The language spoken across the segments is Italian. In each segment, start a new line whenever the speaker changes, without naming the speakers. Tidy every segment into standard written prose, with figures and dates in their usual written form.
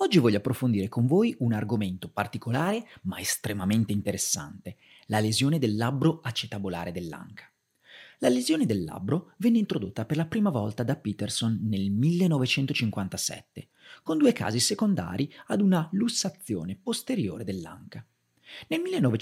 Oggi voglio approfondire con voi un argomento particolare ma estremamente interessante, la lesione del labbro acetabolare dell'anca. La lesione del labbro venne introdotta per la prima volta da Peterson nel 1957, con due casi secondari ad una lussazione posteriore dell'anca. Nel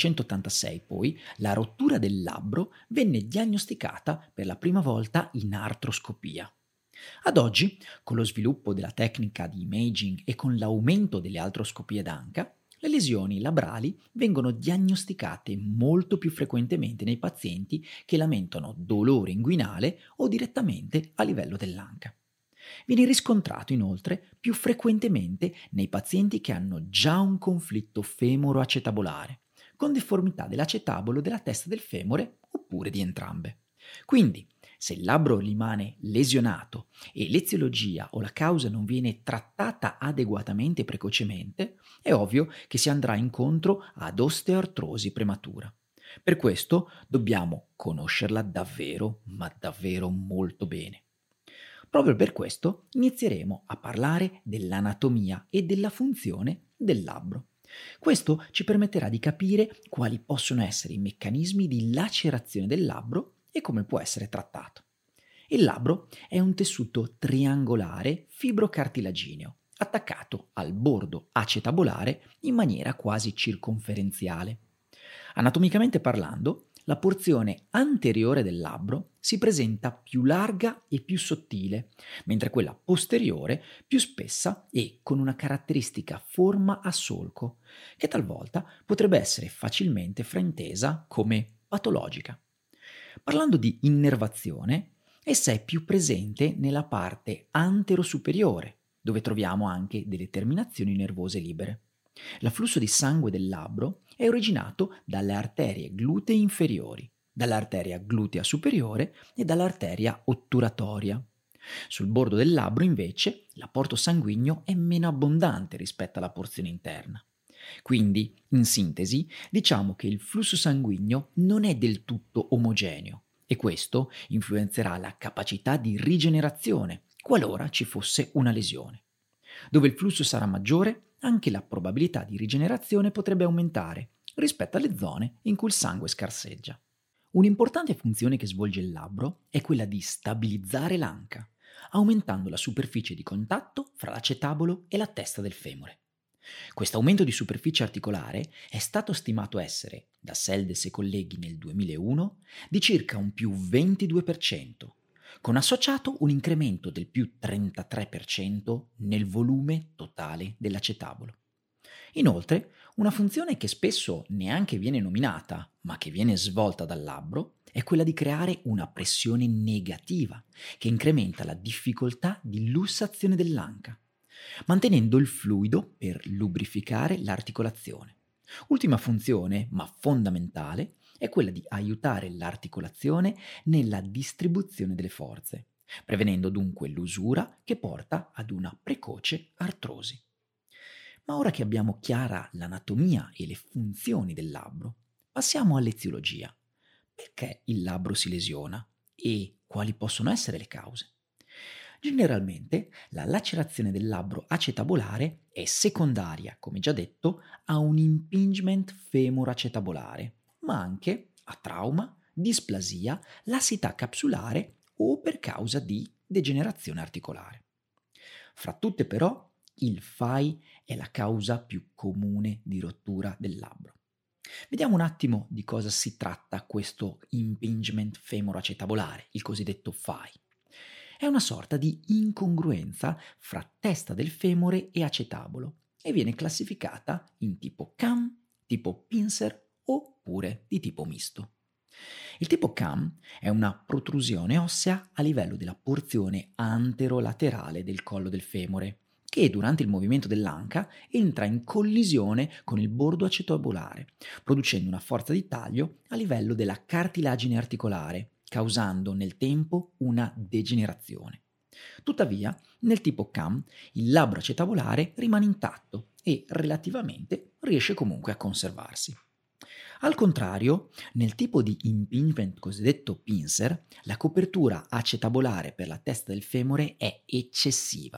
1986 poi la rottura del labbro venne diagnosticata per la prima volta in artroscopia. Ad oggi, con lo sviluppo della tecnica di imaging e con l'aumento delle artroscopie d'anca, le lesioni labbrali vengono diagnosticate molto più frequentemente nei pazienti che lamentano dolore inguinale o direttamente a livello dell'anca. Viene riscontrato inoltre più frequentemente nei pazienti che hanno già un conflitto femoro-acetabolare, con deformità dell'acetabolo della testa del femore oppure di entrambe. Quindi, se il labbro rimane lesionato e l'eziologia o la causa non viene trattata adeguatamente e precocemente, è ovvio che si andrà incontro ad osteoartrosi prematura. Per questo dobbiamo conoscerla davvero, ma davvero molto bene. Proprio per questo inizieremo a parlare dell'anatomia e della funzione del labbro. Questo ci permetterà di capire quali possono essere i meccanismi di lacerazione del labbro e come può essere trattato. Il labbro è un tessuto triangolare fibrocartilagineo, attaccato al bordo acetabolare in maniera quasi circonferenziale. Anatomicamente parlando, la porzione anteriore del labbro si presenta più larga e più sottile, mentre quella posteriore più spessa e con una caratteristica forma a solco, che talvolta potrebbe essere facilmente fraintesa come patologica. Parlando di innervazione, essa è più presente nella parte antero-superiore, dove troviamo anche delle terminazioni nervose libere. L'afflusso di sangue del labbro è originato dalle arterie glutee inferiori, dall'arteria glutea superiore e dall'arteria otturatoria. Sul bordo del labbro, invece, l'apporto sanguigno è meno abbondante rispetto alla porzione interna. Quindi, in sintesi, diciamo che il flusso sanguigno non è del tutto omogeneo e questo influenzerà la capacità di rigenerazione qualora ci fosse una lesione. Dove il flusso sarà maggiore, anche la probabilità di rigenerazione potrebbe aumentare rispetto alle zone in cui il sangue scarseggia. Un'importante funzione che svolge il labbro è quella di stabilizzare l'anca, aumentando la superficie di contatto fra l'acetabolo e la testa del femore. Questo aumento di superficie articolare è stato stimato essere, da Seldes e colleghi nel 2001, di circa un più 22%, con associato un incremento del più 33% nel volume totale dell'acetabolo. Inoltre, una funzione che spesso neanche viene nominata, ma che viene svolta dal labbro, è quella di creare una pressione negativa, che incrementa la difficoltà di lussazione dell'anca, mantenendo il fluido per lubrificare l'articolazione. Ultima funzione, ma fondamentale, è quella di aiutare l'articolazione nella distribuzione delle forze, prevenendo dunque l'usura che porta ad una precoce artrosi. Ma ora che abbiamo chiara l'anatomia e le funzioni del labbro, passiamo all'eziologia. Perché il labbro si lesiona e quali possono essere le cause? Generalmente la lacerazione del labbro acetabolare è secondaria, come già detto, a un impingement femoro-acetabolare, ma anche a trauma, displasia, lassità capsulare o per causa di degenerazione articolare. Fra tutte però, il FAI è la causa più comune di rottura del labbro. Vediamo un attimo di cosa si tratta questo impingement femoro-acetabolare, il cosiddetto FAI. È una sorta di incongruenza fra testa del femore e acetabolo e viene classificata in tipo CAM, tipo pincer oppure di tipo misto. Il tipo CAM è una protrusione ossea a livello della porzione anterolaterale del collo del femore, che durante il movimento dell'anca entra in collisione con il bordo acetabolare, producendo una forza di taglio a livello della cartilagine articolare, causando nel tempo una degenerazione. Tuttavia, nel tipo CAM, il labbro acetabolare rimane intatto e relativamente riesce comunque a conservarsi. Al contrario, nel tipo di impingement cosiddetto pincer, la copertura acetabolare per la testa del femore è eccessiva,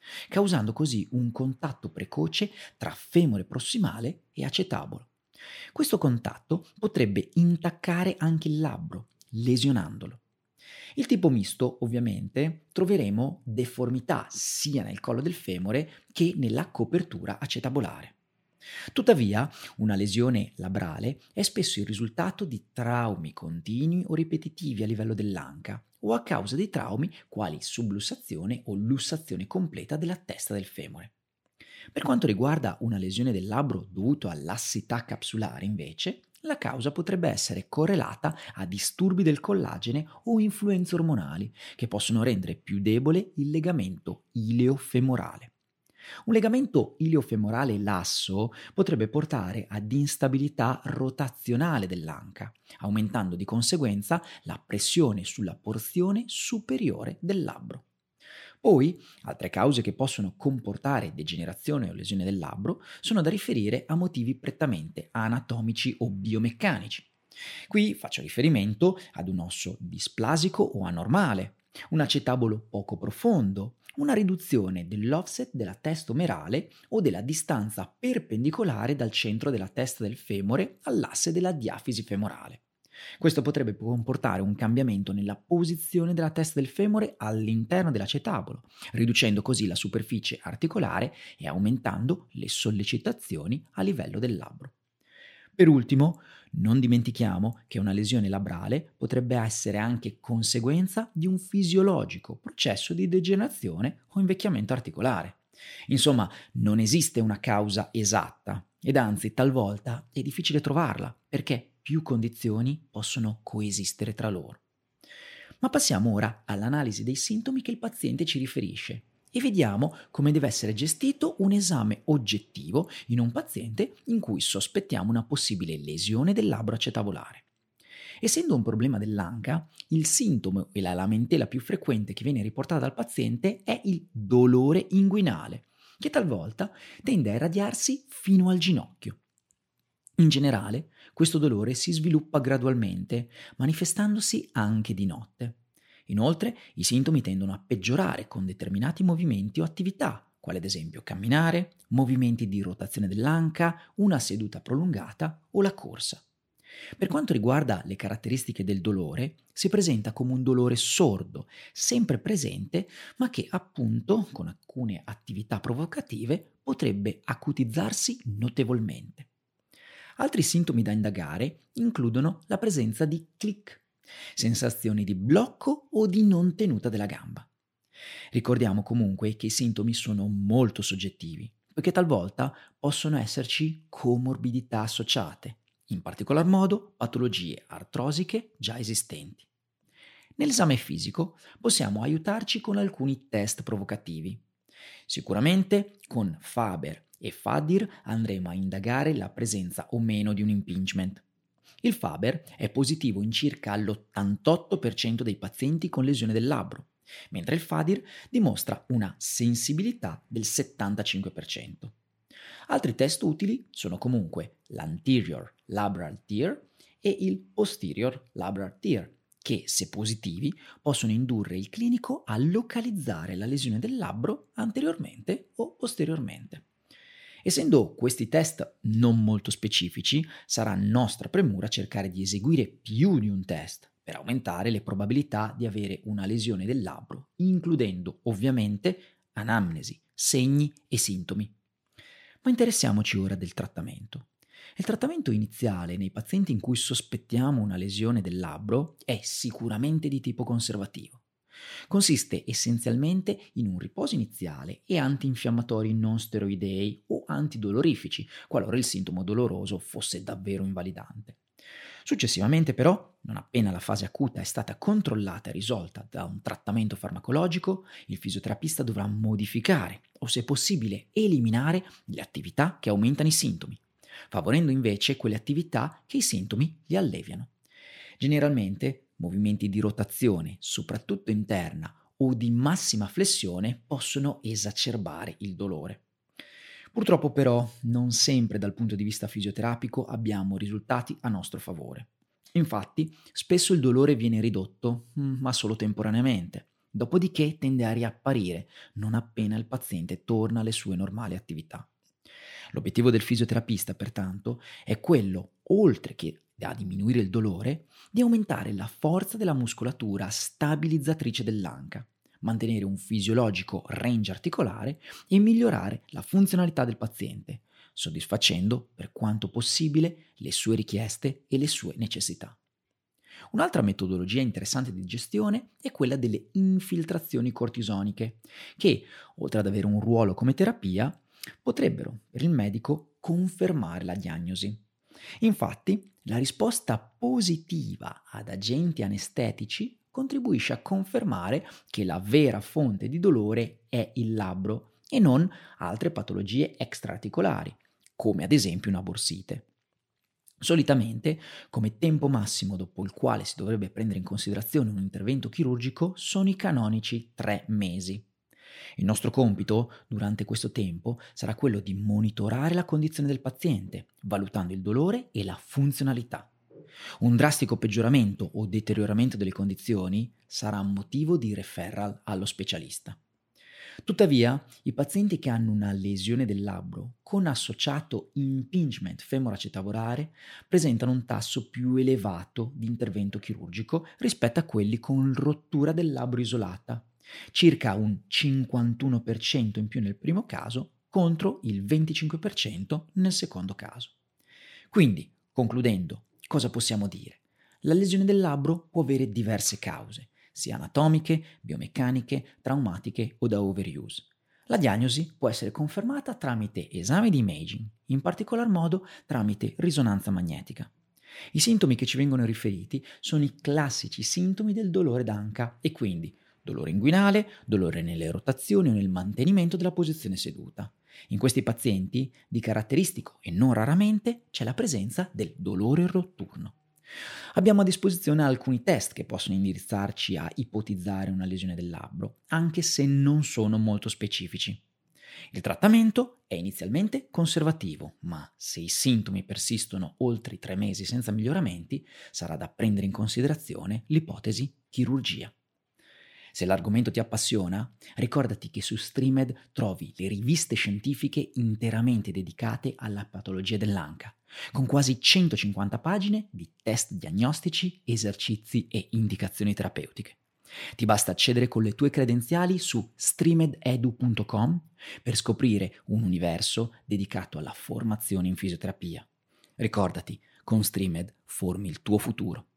causando così un contatto precoce tra femore prossimale e acetabolo. Questo contatto potrebbe intaccare anche il labbro, lesionandolo. Il tipo misto, ovviamente, troveremo deformità sia nel collo del femore che nella copertura acetabolare. Tuttavia, una lesione labbrale è spesso il risultato di traumi continui o ripetitivi a livello dell'anca o a causa di traumi quali sublussazione o lussazione completa della testa del femore. Per quanto riguarda una lesione del labbro dovuta a lassità capsulare, invece, la causa potrebbe essere correlata a disturbi del collagene o influenze ormonali che possono rendere più debole il legamento ileo-femorale. Un legamento iliofemorale lasso potrebbe portare ad instabilità rotazionale dell'anca, aumentando di conseguenza la pressione sulla porzione superiore del labbro. Poi, altre cause che possono comportare degenerazione o lesione del labbro sono da riferire a motivi prettamente anatomici o biomeccanici. Qui faccio riferimento ad un osso displasico o anormale, un acetabolo poco profondo, una riduzione dell'offset della testa omerale o della distanza perpendicolare dal centro della testa del femore all'asse della diafisi femorale. Questo potrebbe comportare un cambiamento nella posizione della testa del femore all'interno dell'acetabolo, riducendo così la superficie articolare e aumentando le sollecitazioni a livello del labbro. Per ultimo, non dimentichiamo che una lesione labbrale potrebbe essere anche conseguenza di un fisiologico processo di degenerazione o invecchiamento articolare. Insomma, non esiste una causa esatta ed anzi talvolta è difficile trovarla perché più condizioni possono coesistere tra loro. Ma passiamo ora all'analisi dei sintomi che il paziente ci riferisce e vediamo come deve essere gestito un esame oggettivo in un paziente in cui sospettiamo una possibile lesione del labbro acetabolare. Essendo un problema dell'anca, il sintomo e la lamentela più frequente che viene riportata dal paziente è il dolore inguinale, che talvolta tende a irradiarsi fino al ginocchio. In generale, questo dolore si sviluppa gradualmente, manifestandosi anche di notte. Inoltre, i sintomi tendono a peggiorare con determinati movimenti o attività, quali ad esempio camminare, movimenti di rotazione dell'anca, una seduta prolungata o la corsa. Per quanto riguarda le caratteristiche del dolore, si presenta come un dolore sordo, sempre presente, ma che appunto, con alcune attività provocative, potrebbe acutizzarsi notevolmente. Altri sintomi da indagare includono la presenza di click, sensazioni di blocco o di non tenuta della gamba. Ricordiamo comunque che i sintomi sono molto soggettivi, perché talvolta possono esserci comorbidità associate, in particolar modo patologie artrosiche già esistenti. Nell'esame fisico possiamo aiutarci con alcuni test provocativi. Sicuramente con Faber e Fadir andremo a indagare la presenza o meno di un impingement. Il Faber è positivo in circa l'88% dei pazienti con lesione del labbro, mentre il Fadir dimostra una sensibilità del 75%. Altri test utili sono comunque l'anterior labral tear e il posterior labral tear, che, se positivi, possono indurre il clinico a localizzare la lesione del labbro anteriormente o posteriormente. Essendo questi test non molto specifici, sarà nostra premura cercare di eseguire più di un test per aumentare le probabilità di avere una lesione del labbro, includendo ovviamente anamnesi, segni e sintomi. Ma interessiamoci ora del trattamento. Il trattamento iniziale nei pazienti in cui sospettiamo una lesione del labbro è sicuramente di tipo conservativo. Consiste essenzialmente in un riposo iniziale e antinfiammatori non steroidei o antidolorifici, qualora il sintomo doloroso fosse davvero invalidante. Successivamente però, non appena la fase acuta è stata controllata e risolta da un trattamento farmacologico, il fisioterapista dovrà modificare o, se possibile, eliminare le attività che aumentano i sintomi, favorendo invece quelle attività che i sintomi li alleviano. Generalmente, movimenti di rotazione, soprattutto interna, o di massima flessione possono esacerbare il dolore. Purtroppo però non sempre dal punto di vista fisioterapico abbiamo risultati a nostro favore. Infatti, spesso il dolore viene ridotto, ma solo temporaneamente, dopodiché tende a riapparire non appena il paziente torna alle sue normali attività. L'obiettivo del fisioterapista, pertanto, è quello, oltre che a diminuire il dolore, di aumentare la forza della muscolatura stabilizzatrice dell'anca, mantenere un fisiologico range articolare e migliorare la funzionalità del paziente, soddisfacendo, per quanto possibile, le sue richieste e le sue necessità. Un'altra metodologia interessante di gestione è quella delle infiltrazioni cortisoniche, che, oltre ad avere un ruolo come terapia, potrebbero, per il medico, confermare la diagnosi. Infatti, la risposta positiva ad agenti anestetici contribuisce a confermare che la vera fonte di dolore è il labbro e non altre patologie extraarticolari, come ad esempio una borsite. Solitamente, come tempo massimo dopo il quale si dovrebbe prendere in considerazione un intervento chirurgico, sono i canonici 3 mesi. Il nostro compito, durante questo tempo, sarà quello di monitorare la condizione del paziente, valutando il dolore e la funzionalità. Un drastico peggioramento o deterioramento delle condizioni sarà motivo di referral allo specialista. Tuttavia, i pazienti che hanno una lesione del labbro con associato impingement femoroacetavolare presentano un tasso più elevato di intervento chirurgico rispetto a quelli con rottura del labbro isolata, circa un 51% in più nel primo caso contro il 25% nel secondo caso. Quindi, concludendo, cosa possiamo dire? La lesione del labbro può avere diverse cause, sia anatomiche, biomeccaniche, traumatiche o da overuse. La diagnosi può essere confermata tramite esami di imaging, in particolar modo tramite risonanza magnetica. I sintomi che ci vengono riferiti sono i classici sintomi del dolore d'anca e quindi dolore inguinale, dolore nelle rotazioni o nel mantenimento della posizione seduta. In questi pazienti, di caratteristico e non raramente, c'è la presenza del dolore notturno. Abbiamo a disposizione alcuni test che possono indirizzarci a ipotizzare una lesione del labbro, anche se non sono molto specifici. Il trattamento è inizialmente conservativo, ma se i sintomi persistono oltre i 3 mesi senza miglioramenti, sarà da prendere in considerazione l'ipotesi chirurgia. Se l'argomento ti appassiona, ricordati che su Streamed trovi le riviste scientifiche interamente dedicate alla patologia dell'anca, con quasi 150 pagine di test diagnostici, esercizi e indicazioni terapeutiche. Ti basta accedere con le tue credenziali su streamededu.com per scoprire un universo dedicato alla formazione in fisioterapia. Ricordati, con Streamed formi il tuo futuro.